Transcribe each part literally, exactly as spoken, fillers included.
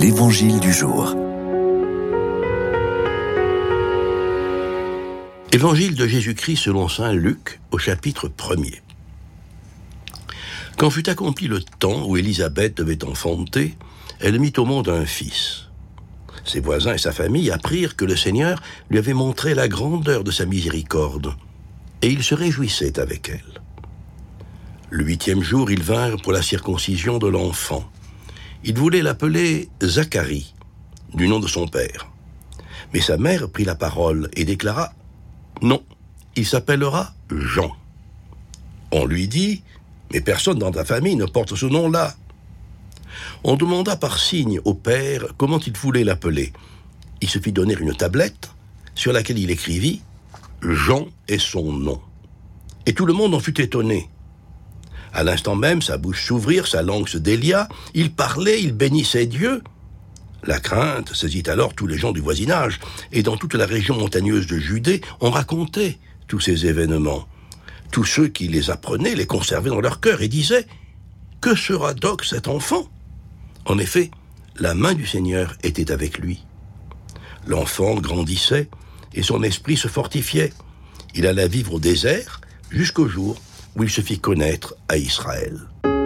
l'Évangile du jour. Évangile de Jésus-Christ selon saint Luc, au chapitre premier. Quand fut accompli le temps où Élisabeth devait enfanter, elle mit au monde un fils. Ses voisins et sa famille apprirent que le Seigneur lui avait montré la grandeur de sa miséricorde, et ils se réjouissaient avec elle. Le huitième jour, ils vinrent pour la circoncision de l'enfant. Ils voulaient l'appeler Zacharie, du nom de son père. Mais sa mère prit la parole et déclara « Non, il s'appellera Jean ». On lui dit « Mais personne dans ta famille ne porte ce nom-là ». On demanda par signe au père comment il voulait l'appeler. Il se fit donner une tablette sur laquelle il écrivit « Jean est son nom ». Et tout le monde en fut étonné. À l'instant même, sa bouche s'ouvrit, sa langue se délia, il parlait, il bénissait Dieu. La crainte saisit alors tous les gens du voisinage, et dans toute la région montagneuse de Judée, on racontait tous ces événements. Tous ceux qui les apprenaient les conservaient dans leur cœur et disaient « Que sera donc cet enfant ?» En effet, la main du Seigneur était avec lui. L'enfant grandissait et son esprit se fortifiait. Il alla vivre au désert jusqu'au jour où il se fit connaître à Israël.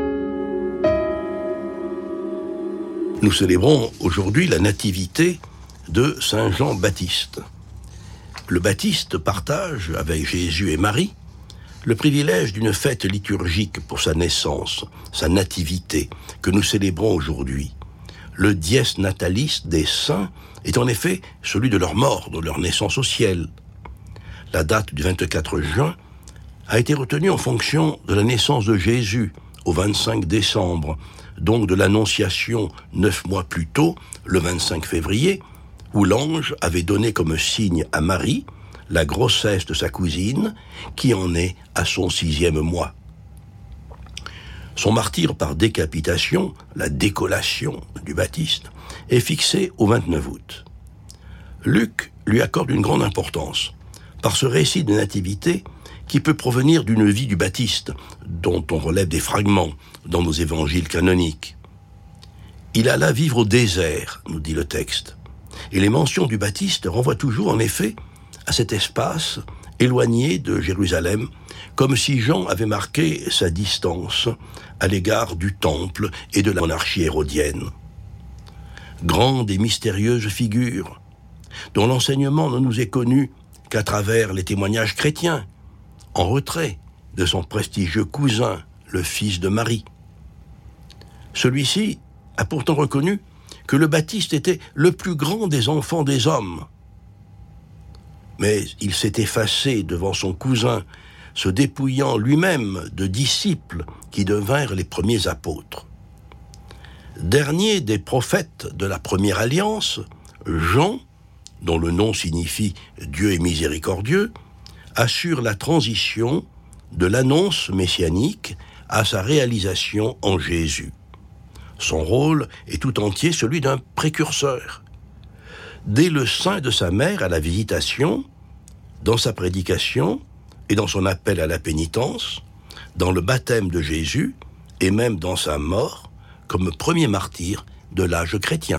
Nous célébrons aujourd'hui la nativité de saint Jean-Baptiste. Le Baptiste partage avec Jésus et Marie le privilège d'une fête liturgique pour sa naissance, sa nativité, que nous célébrons aujourd'hui. Le dies natalis des saints est en effet celui de leur mort, de leur naissance au ciel. La date du vingt-quatre juin a été retenue en fonction de la naissance de Jésus au vingt-cinq décembre, donc de l'Annonciation neuf mois plus tôt, le vingt-cinq février, où l'ange avait donné comme signe à Marie la grossesse de sa cousine, qui en est à son sixième mois. Son martyre par décapitation, la décollation du Baptiste, est fixé au vingt-neuf août. Luc lui accorde une grande importance, par ce récit de nativité qui peut provenir d'une vie du Baptiste, dont on relève des fragments dans nos évangiles canoniques. Il alla vivre au désert, nous dit le texte, et les mentions du Baptiste renvoient toujours en effet à cet espace éloigné de Jérusalem, comme si Jean avait marqué sa distance à l'égard du temple et de la monarchie hérodienne. Grande et mystérieuse figure, dont l'enseignement ne nous est connu qu'à travers les témoignages chrétiens, en retrait de son prestigieux cousin, le fils de Marie. Celui-ci a pourtant reconnu que le Baptiste était le plus grand des enfants des hommes. Mais il s'est effacé devant son cousin, se dépouillant lui-même de disciples qui devinrent les premiers apôtres. Dernier des prophètes de la première alliance, Jean, dont le nom signifie « Dieu est miséricordieux », assure la transition de l'annonce messianique à sa réalisation en Jésus. Son rôle est tout entier celui d'un précurseur. Dès le sein de sa mère à la visitation, dans sa prédication et dans son appel à la pénitence, dans le baptême de Jésus et même dans sa mort comme premier martyr de l'âge chrétien.